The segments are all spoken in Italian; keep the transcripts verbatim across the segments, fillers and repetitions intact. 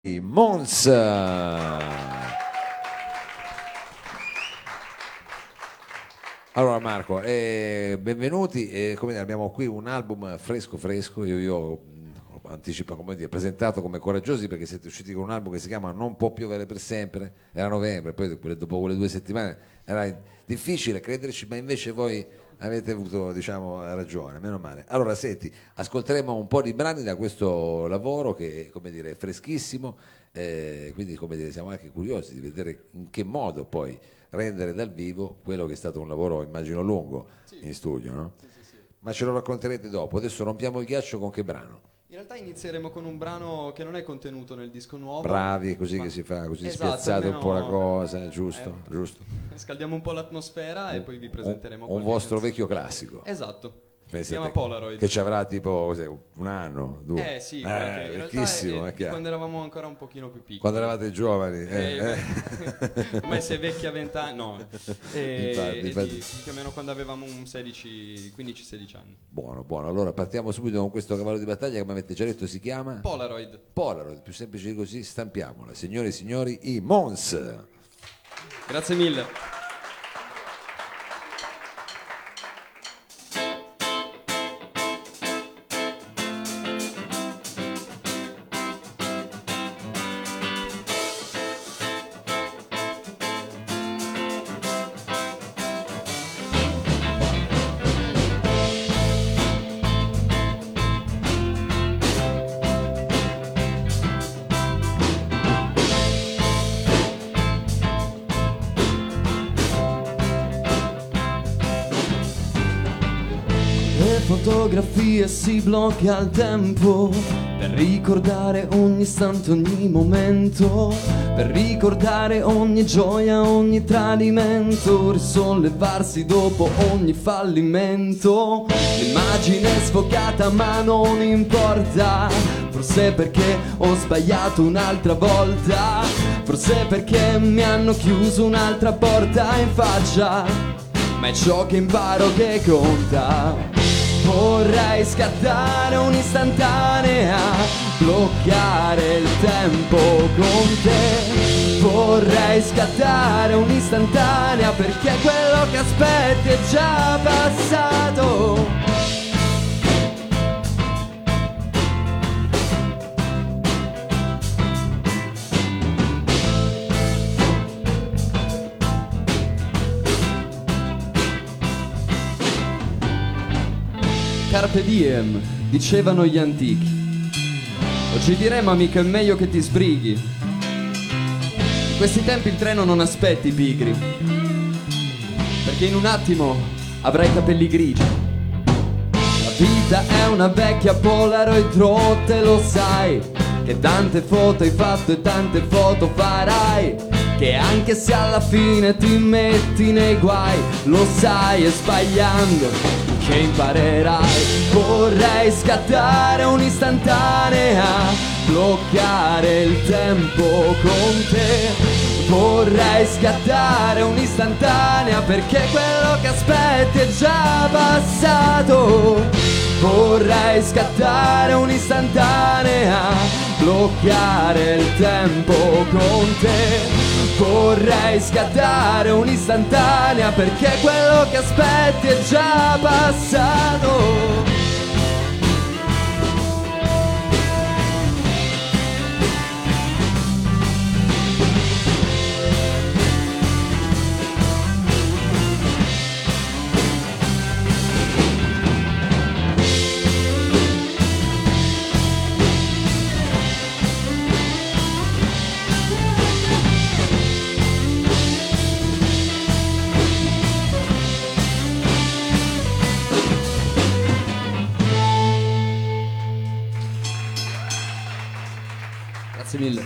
Mons. Allora Marco, eh, benvenuti. Eh, come dire, abbiamo qui un album fresco fresco. Io, io mh, ho anticipato, come dire, presentato come coraggiosi perché siete usciti con un album che si chiama Non può piovere per sempre. Era novembre, poi dopo quelle due settimane era difficile crederci, ma invece voi avete avuto, diciamo, ragione, meno male. Allora senti, ascolteremo un po' di brani da questo lavoro che, come dire, è freschissimo, eh, quindi, come dire, siamo anche curiosi di vedere in che modo poi rendere dal vivo quello che è stato un lavoro, immagino, lungo Sì. in studio, no? Sì, sì, sì. Ma ce lo racconterete dopo. Adesso rompiamo il ghiaccio con che brano? In realtà inizieremo con un brano che non è contenuto nel disco nuovo. Bravi, così ma- che si fa, così Esatto, spiazzate un po' la almeno, cosa, giusto? eh, Giusto. scaldiamo un po' l'atmosfera e poi vi presenteremo Un, un qualche vostro canzone. vecchio classico. Esatto. Si Pensate chiama Polaroid. che ci avrà tipo cos'è, un anno, due. Eh sì, Eh, perché in realtà vecchissimo, è, è chiaro. quando eravamo ancora un pochino più piccoli. Quando eravate giovani. Eh, Eh, eh. ormai sei vecchi a vent'anni, no. E, Infatti, e infatti. di- più o meno quando avevamo un sedici, quindici sedici anni. Buono, buono. Allora partiamo subito con questo cavallo di battaglia che, come avete già detto, si chiama Polaroid. Polaroid, più semplice di così, stampiamola. Signore e signori, i Mons. Grazie mille. Le fotografie si blocca il tempo per ricordare ogni istante, ogni momento, per ricordare ogni gioia, ogni tradimento, risollevarsi dopo ogni fallimento. L'immagine è sfocata ma non importa, forse perché ho sbagliato un'altra volta, forse perché mi hanno chiuso un'altra porta in faccia, ma è ciò che imparo che conta. Vorrei scattare un'istantanea, bloccare il tempo con te. Vorrei scattare un'istantanea perché quello che aspetti è già passato. Carpe diem, dicevano gli antichi. Oggi diremmo, amico, è meglio che ti sbrighi. In questi tempi il treno non aspetti i pigri, perché in un attimo avrai i capelli grigi. La vita è una vecchia Polaroid rotte, lo sai, che tante foto hai fatto e tante foto farai, che anche se alla fine ti metti nei guai, lo sai, è sbagliando che imparerai. Vorrei scattare un'istantanea, bloccare il tempo con te. Vorrei scattare un'istantanea perché quello che aspetti è già passato. Vorrei scattare un'istantanea, bloccare il tempo con te. Vorrei scattare un'istantanea perché quello che aspetti è già passato. Grazie mille.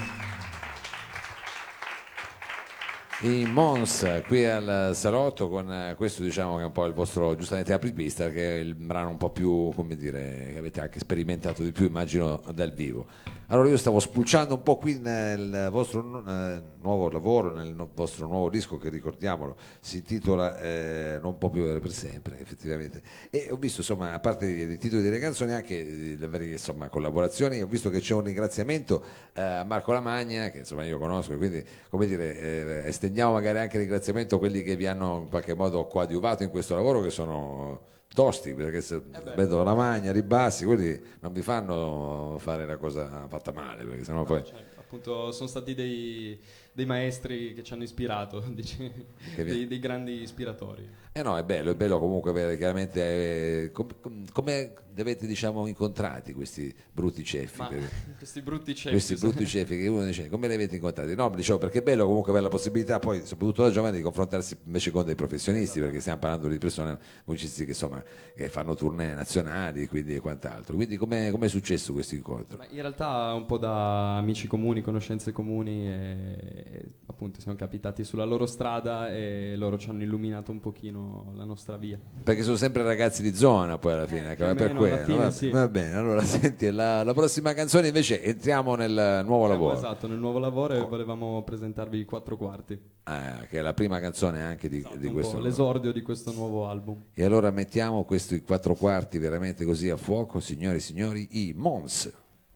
I Mons qui al salotto con eh, questo, diciamo, che è un po' il vostro, giustamente, apripista, che è il brano un po' più, come dire, che avete anche sperimentato di più, immagino, dal vivo. Allora io stavo spulciando un po' qui nel vostro nu- eh, nuovo lavoro, nel no- vostro nuovo disco che ricordiamolo, si intitola eh, Non può piovere per sempre, effettivamente. E ho visto insomma, a parte i, i titoli delle canzoni, anche eh, le varie insomma, collaborazioni, ho visto che c'è un ringraziamento eh, a Marco Lamagna, che insomma io conosco, quindi come dire, eh, estendiamo magari anche il ringraziamento a quelli che vi hanno in qualche modo coadiuvato in questo lavoro, che sono tosti, perché se vedo la magna, ribassi, quelli non vi fanno fare la cosa fatta male, perché sennò poi Cioè, appunto sono stati dei, dei maestri che ci hanno ispirato, dici, Che vi- dei, dei grandi ispiratori. eh no, è bello, è bello comunque avere chiaramente eh, com- com- come li avete diciamo incontrati questi brutti ceffi, Ma perché- questi brutti ceffi, questi brutti ceffi che uno dice come li avete incontrati? No, dicevo perché è bello comunque avere la possibilità poi soprattutto da giovani di confrontarsi invece con dei professionisti, perché stiamo parlando di persone musicisti che insomma che fanno tournée nazionali quindi e quant'altro, quindi come è successo questo incontro? Ma in realtà un po' da amici comuni, conoscenze comuni e, e appunto siamo capitati sulla loro strada e loro ci hanno illuminato un pochino la nostra via. Perché sono sempre ragazzi di zona poi alla fine, Eh, ecco, più o è per meno, quello. alla fine va, sì. va bene, allora senti, la, la prossima canzone invece entriamo nel nuovo lavoro, Esatto, nel nuovo lavoro e volevamo presentarvi i quattro quarti. ah, che è la prima canzone anche di, di Un questo po' l'esordio di questo nuovo album. E allora mettiamo questi quattro quarti veramente così a fuoco, signori e signori, i Mons.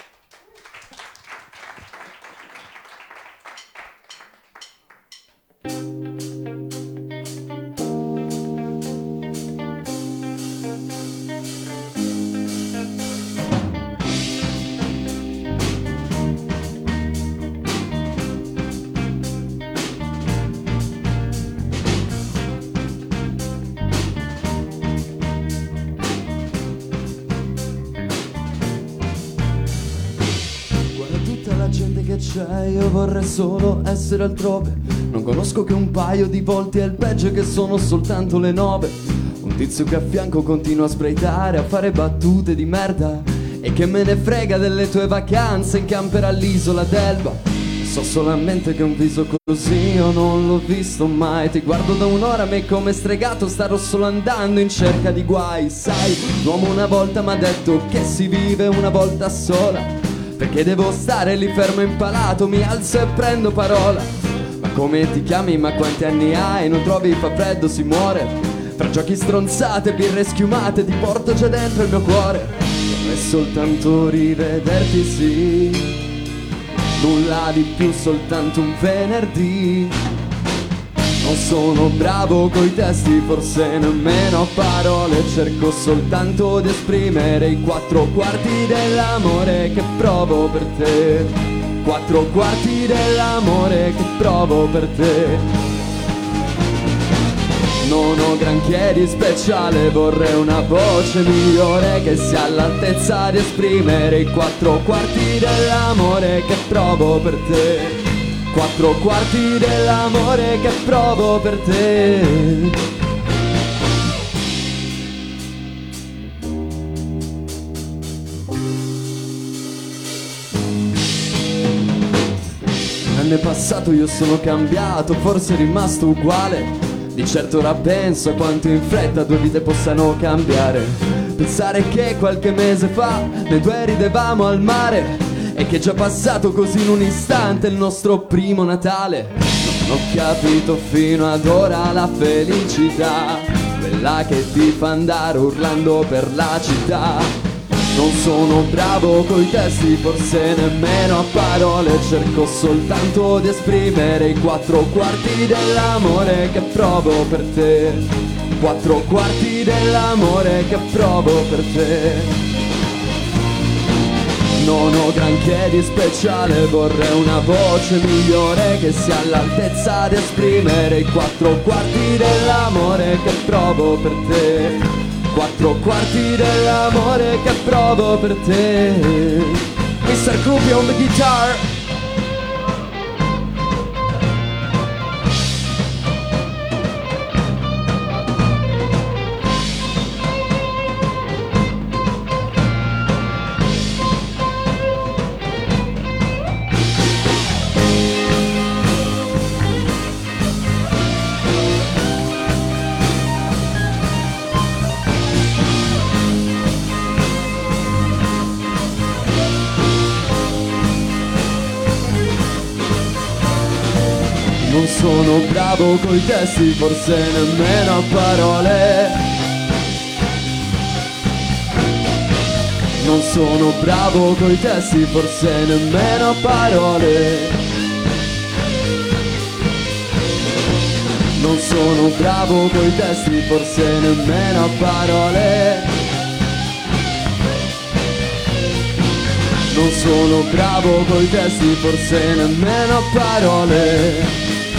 Guarda tutta la gente che c'è, io vorrei solo essere altrove. Non conosco che un paio di volte, è il peggio che sono soltanto le nove. Un tizio che a fianco continua a sbraitare, a fare battute di merda. E che me ne frega delle tue vacanze in camper all'isola d'Elba. So solamente che un viso così io non l'ho visto mai. Ti guardo da un'ora, me come stregato starò solo andando in cerca di guai. Sai, l'uomo una volta m'ha detto che si vive una volta sola. Perché devo stare lì fermo impalato, mi alzo e prendo parola. Ma come ti chiami, ma quanti anni hai? Non trovi fa freddo, si muore. Fra giochi stronzate, birre schiumate, ti porto già dentro il mio cuore. Vorrei soltanto rivederti, sì. Nulla di più, soltanto un venerdì. Non sono bravo coi testi, forse nemmeno a parole. Cerco soltanto di esprimere i quattro quarti dell'amore che provo per te. Quattro quarti dell'amore che provo per te. Non ho granché di speciale, vorrei una voce migliore che sia all'altezza di esprimere i quattro quarti dell'amore che provo per te. Quattro quarti dell'amore che provo per te. L'anno passato io sono cambiato, forse rimasto uguale. Di certo ora penso a quanto in fretta due vite possano cambiare. Pensare che qualche mese fa noi due ridevamo al mare e che è già passato così in un istante il nostro primo Natale. Non ho capito fino ad ora la felicità, quella che ti fa andare urlando per la città. Non sono bravo coi testi, forse nemmeno a parole. Cerco soltanto di esprimere i quattro quarti dell'amore che provo per te. Quattro quarti dell'amore che provo per te. Non ho granché di speciale, vorrei una voce migliore che sia all'altezza di esprimere i quattro quarti dell'amore che provo per te. Quattro quarti dell'amore che provo per te. mister Groovy on the guitar. Non sono bravo coi testi, forse nemmeno a parole. Non sono bravo coi testi, forse nemmeno a parole. Non sono bravo coi testi, forse nemmeno a parole. Non sono bravo coi testi, forse nemmeno a parole.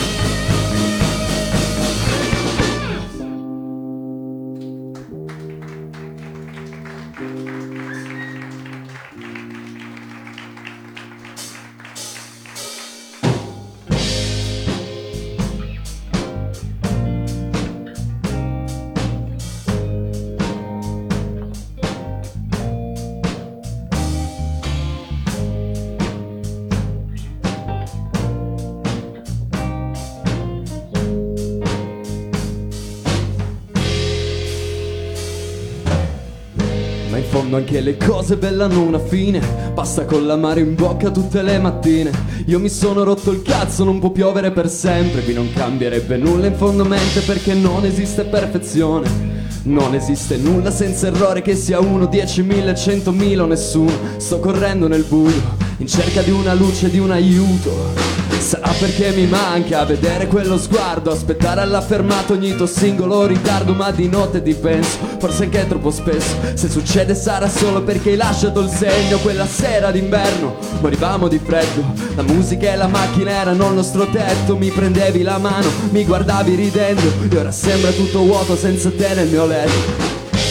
Ma in fondo anche le cose belle hanno una fine. Basta con l'amaro in bocca tutte le mattine. Io mi sono rotto il cazzo, non può piovere per sempre. Qui non cambierebbe nulla in fondo mente, perché non esiste perfezione. Non esiste nulla senza errore, che sia uno, dieci, mille, centomila o nessuno. Sto correndo nel buio in cerca di una luce, di un aiuto. Sarà perché mi manca vedere quello sguardo, aspettare alla fermata ogni tuo singolo ritardo. Ma di notte ti penso, forse anche troppo spesso. Se succede sarà solo perché hai lasciato il segno. Quella sera d'inverno morivamo di freddo, la musica e la macchina erano il nostro tetto. Mi prendevi la mano, mi guardavi ridendo, e ora sembra tutto vuoto senza te nel mio letto.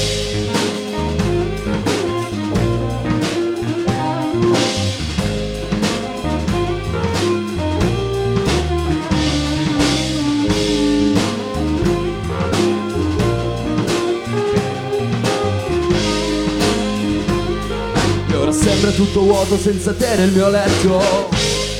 Sembra tutto vuoto senza te nel mio letto.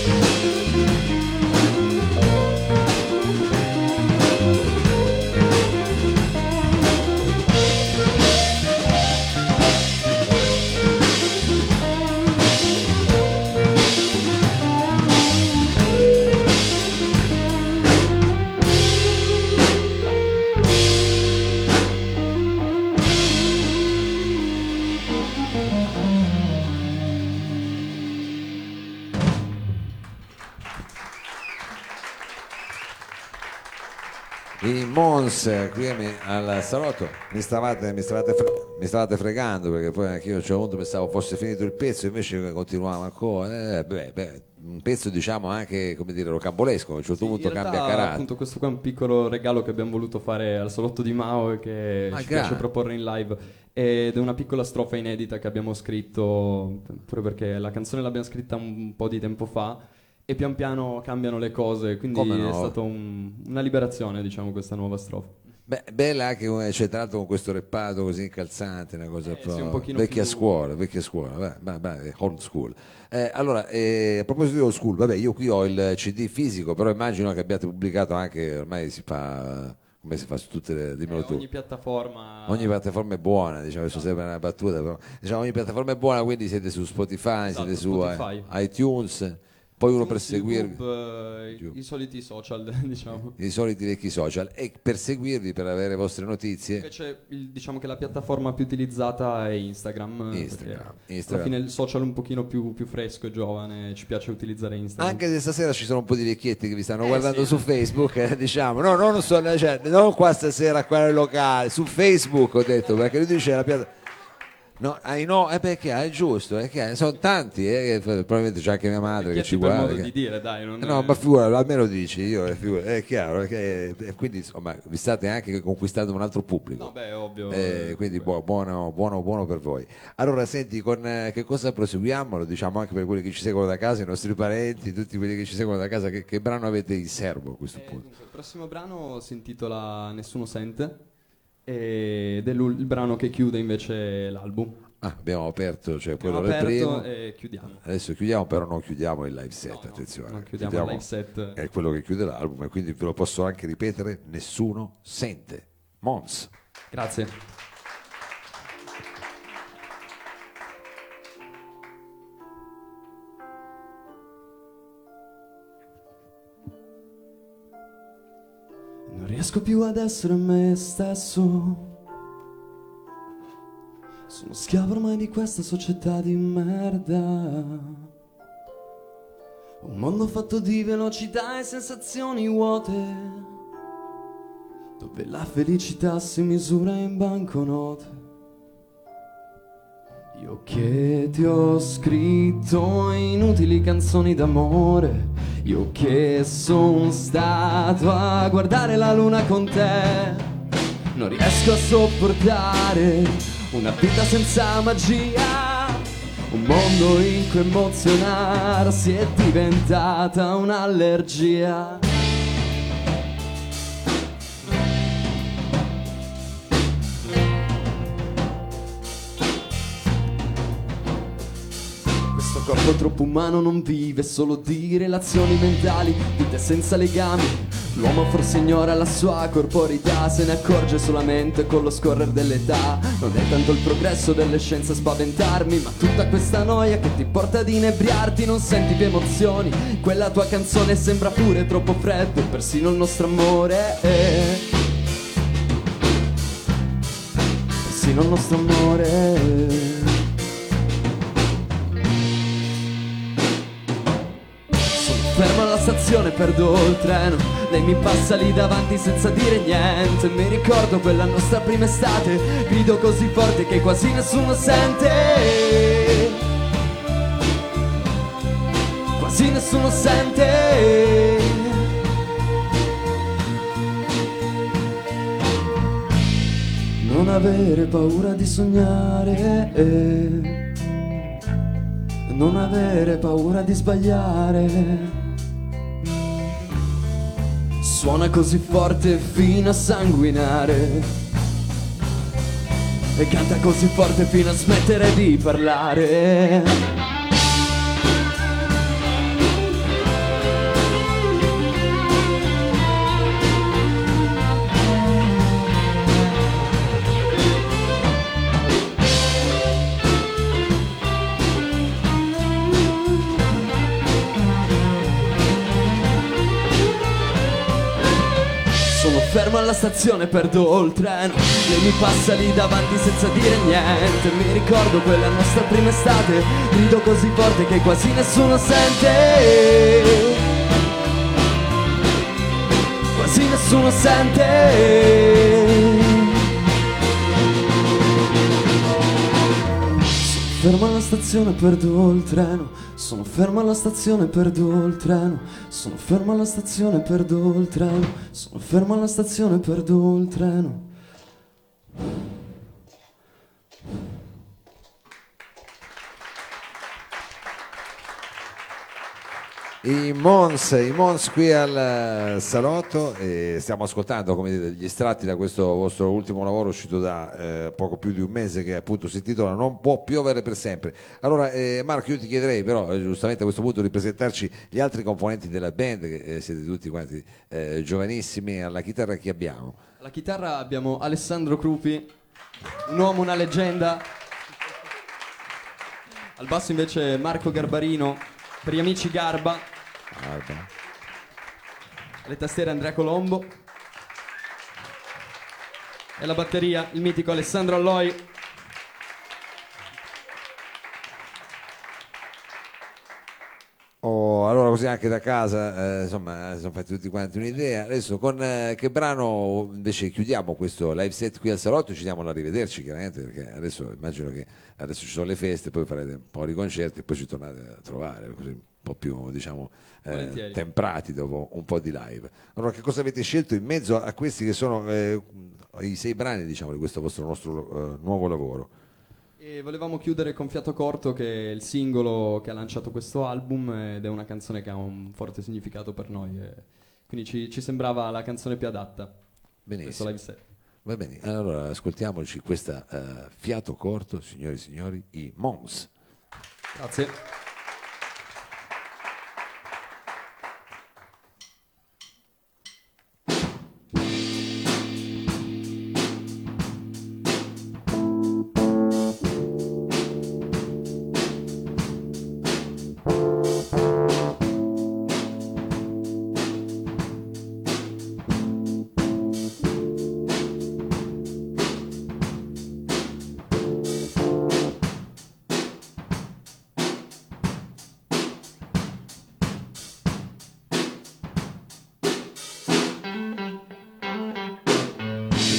I Mons qui al salotto mi stavate, mi, stavate fre- mi stavate fregando, perché poi anche io a un certo punto pensavo fosse finito il pezzo, invece continuava ancora. Eh, beh, beh, un pezzo diciamo anche, come dire, rocambolesco, a un certo Sì, punto in realtà, cambia carattere. appunto, questo qua è un piccolo regalo che abbiamo voluto fare al salotto di Mao e che Ah, ci grazie. piace proporre in live. Ed è una piccola strofa inedita che abbiamo scritto, pure perché la canzone l'abbiamo scritta un po' di tempo fa e pian piano cambiano le cose, quindi Come no? è stata un- una liberazione, diciamo, questa nuova strofa. Beh, bella anche come c'è, tra l'altro, con questo reppato così incalzante, una cosa Eh, sì, proprio un pochino vecchia più- scuola, vecchia scuola, vai, vai, vai, old school. Eh, allora, eh, a proposito di old school, vabbè, io qui ho il C D fisico, però immagino che abbiate pubblicato anche, ormai si fa, come si fa su tutte le, dimmelo Eh, tu. ogni piattaforma... Ogni piattaforma è buona, diciamo, adesso sembra una battuta, però diciamo ogni piattaforma è buona, quindi siete su Spotify, Esatto, siete su eh, Spotify. iTunes, poi uno per iTunes, seguirvi. YouTube, eh, YouTube. i soliti social, diciamo. I soliti vecchi social, e per seguirvi, per avere le vostre notizie. Invece il- diciamo che la piattaforma più utilizzata è Instagram, eh, Instagram, perché Instagram. alla fine il social un pochino più, più fresco e giovane, ci piace utilizzare Instagram. Anche se stasera ci sono un po' di vecchietti che vi stanno Eh, guardando sì. su Facebook, eh, diciamo, no, non, so, cioè, non qua stasera qua nel locale, su Facebook ho detto, perché lui dice la piatta. No, ai no, è perché è giusto, è che sono tanti, eh, probabilmente c'è anche mia madre che Vecchietti ci per guarda. modo che- di dire, dai, non No, è- ma figura, almeno dici, io, è, figura- è chiaro, che, e quindi insomma vi state anche conquistando un altro pubblico. No, beh, ovvio. Eh, eh, quindi buo- buono, buono, buono per voi. Allora, senti, con eh, che cosa proseguiamo? Lo diciamo anche per quelli che ci seguono da casa, i nostri parenti, tutti quelli che ci seguono da casa. Che, che brano avete in serbo a questo Eh, punto? dunque, il prossimo brano si intitola Nessuno sente ed è l'ul- il brano che chiude invece l'album. Ah, abbiamo aperto, cioè quello Abbiamo del primo. aperto e chiudiamo. Adesso chiudiamo, però non chiudiamo il live set, No, no, attenzione. non chiudiamo il live set. È quello che chiude l'album, e quindi ve lo posso anche ripetere: nessuno sente. Mons. Grazie. riesco più ad essere me stesso. Sono schiavo ormai di questa società di merda. Un mondo fatto di velocità e sensazioni vuote, dove la felicità si misura in banconote. Io che ti ho scritto inutili canzoni d'amore, io che son stato a guardare la luna con te, non riesco a sopportare una vita senza magia, un mondo in cui emozionarsi è diventata un'allergia. Questo corpo troppo umano non vive solo di relazioni mentali, vite senza legami. L'uomo forse ignora la sua corporeità, se ne accorge solamente con lo scorrere dell'età. Non è tanto il progresso delle scienze a spaventarmi, ma tutta questa noia che ti porta ad inebriarti. Non senti più emozioni, quella tua canzone sembra pure troppo freddo, persino il nostro amore è... persino il nostro amore è... Fermo alla stazione, perdo il treno, lei mi passa lì davanti senza dire niente. Mi ricordo quella nostra prima estate, grido così forte che quasi nessuno sente. Quasi nessuno sente. Non avere paura di sognare, non avere paura di sbagliare. Suona così forte fino a sanguinare e canta così forte fino a smettere di parlare. Fermo alla stazione, perdo il treno, lei mi passa lì davanti senza dire niente. Mi ricordo quella nostra prima estate, grido così forte che quasi nessuno sente. Quasi nessuno sente. Sono fermo alla stazione, perdo il treno. Sono fermo alla stazione, perdo il treno. Sono fermo alla stazione, perdo il treno. Sono fermo alla stazione, perdo il treno. I Mons, i Mons qui al salotto, e stiamo ascoltando, come dite, gli estratti da questo vostro ultimo lavoro uscito da eh, poco più di un mese, che appunto si intitola Non può piovere per sempre. Allora eh, Marco, io ti chiederei però eh, giustamente a questo punto di presentarci gli altri componenti della band, che eh, siete tutti quanti eh, giovanissimi. Alla chitarra chi abbiamo? Alla chitarra abbiamo Alessandro Crupi, un uomo, una leggenda. Al basso invece Marco Garbarino, per gli amici Garba. Guarda. Le tastiere Andrea Colombo. E la batteria il mitico Alessandro Alloi. Oh, allora così anche da casa, eh, insomma, sono fatti tutti quanti un'idea. Adesso con eh, che brano invece chiudiamo questo live set qui al salotto? Ci diamo l'arrivederci chiaramente, perché adesso immagino che adesso ci sono le feste, poi farete un po' di concerti e poi ci tornate a trovare, così un po' più, diciamo, eh, temprati dopo un po' di live. Allora, che cosa avete scelto in mezzo a questi che sono eh, i sei brani, diciamo, di questo vostro nostro eh, nuovo lavoro? E volevamo chiudere con Fiato Corto, che è il singolo che ha lanciato questo album, ed è una canzone che ha un forte significato per noi, e quindi ci, ci sembrava la canzone più adatta. Benissimo. Questo live set. Va bene, allora ascoltiamoci questa uh, Fiato Corto, signori e signori, i Mons. Grazie.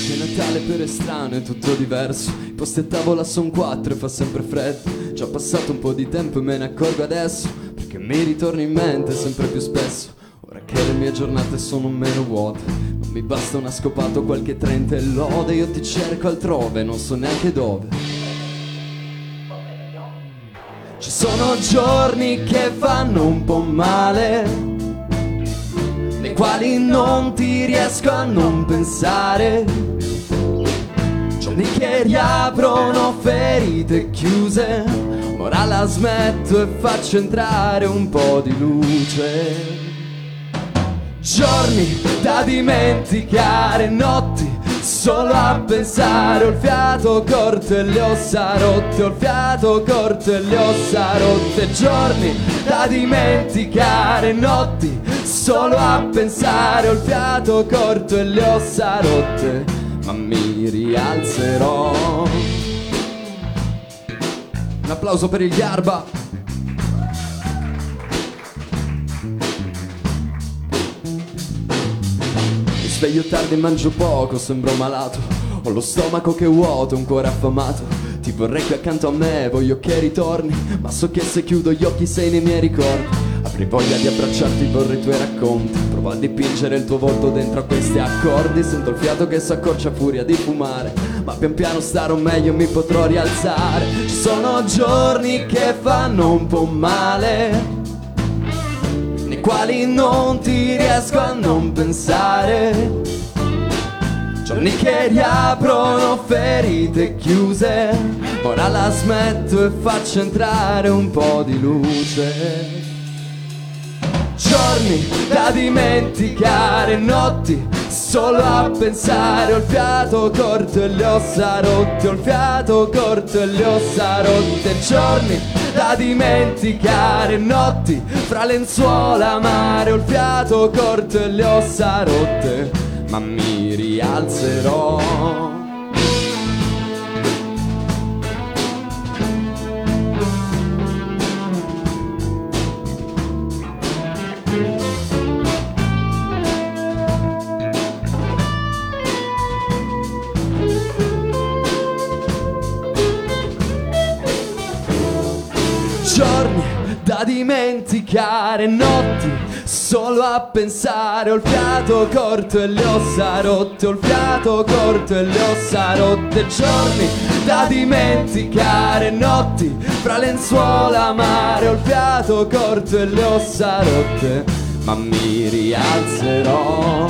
C'è Natale per estraneo, è tutto diverso. I posti a tavola son quattro e fa sempre freddo. Già passato un po' di tempo e me ne accorgo adesso, perché mi ritorna in mente sempre più spesso. Ora che le mie giornate sono meno vuote, non mi basta una scopata o qualche trenta e lode. Io ti cerco altrove, non so neanche dove. Ci sono giorni che fanno un po' male, nei quali non ti riesco a non pensare. Giorni che riaprono ferite chiuse, ora la smetto e faccio entrare un po' di luce. Giorni da dimenticare, notti solo a pensare. Ho il fiato corto e le ossa rotte, ho il fiato corto e le ossa rotte. Giorni da dimenticare, notti solo a pensare. Ho il fiato corto e le ossa rotte, ma mi rialzerò. Un applauso per il Garba. Sveglio tardi e mangio poco, sembro malato. Ho lo stomaco che è vuoto, un cuore affamato. Ti vorrei qui accanto a me, voglio che ritorni, ma so che se chiudo gli occhi sei nei miei ricordi. Avrei voglia di abbracciarti, vorrei i tuoi racconti. Provo a dipingere il tuo volto dentro a questi accordi. Sento il fiato che s'accorcia a furia di fumare, ma pian piano starò meglio, mi potrò rialzare. Ci sono giorni che fanno un po' male, nei quali non ti riesco a non pensare. Giorni che riaprono ferite chiuse, ora la smetto e faccio entrare un po' di luce. Giorni da dimenticare, notti solo a pensare. Ho il fiato corto e le ossa rotte, ho il fiato corto e le ossa rotte. Giorni da dimenticare, notti fra lenzuola amare. Ho il fiato corto e le ossa rotte, ma mi rialzerò. Giorni da dimenticare, notti solo a pensare. Ho il fiato corto e le ossa rotte, ho il fiato corto e le ossa rotte. Giorni da dimenticare, notti fra lenzuola amare. Ho il fiato corto e le ossa rotte, ma mi rialzerò.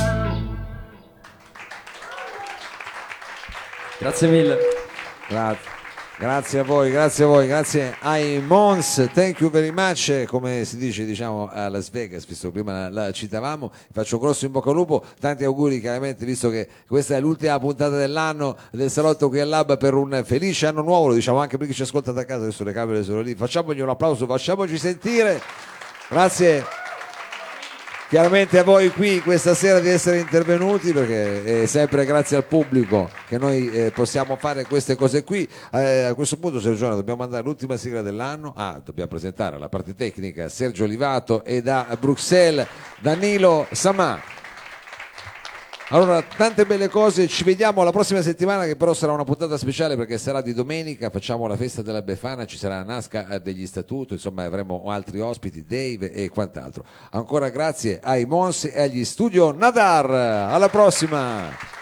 Grazie mille. Grazie. Grazie a voi, grazie a voi, grazie ai Mons, thank you very much, come si dice diciamo a Las Vegas, visto che prima la, la citavamo. Faccio un grosso in bocca al lupo, tanti auguri chiaramente, visto che questa è l'ultima puntata dell'anno del salotto qui al Lab, per un felice anno nuovo, lo diciamo anche per chi ci ascolta da casa, adesso le camere sono lì, facciamogli un applauso, facciamoci sentire, grazie. Chiaramente a voi qui questa sera di essere intervenuti, perché è sempre grazie al pubblico che noi eh, possiamo fare queste cose qui. Eh, a questo punto, Sergio, dobbiamo mandare l'ultima sigla dell'anno. Ah, dobbiamo presentare la parte tecnica Sergio Olivato e da Bruxelles Danilo Samà. Allora, tante belle cose, ci vediamo la prossima settimana, che però sarà una puntata speciale perché sarà di domenica, facciamo la festa della Befana, ci sarà Nasca degli Statuto, insomma avremo altri ospiti, Dave e quant'altro. Ancora grazie ai Mons e agli Studio Nadar, alla prossima!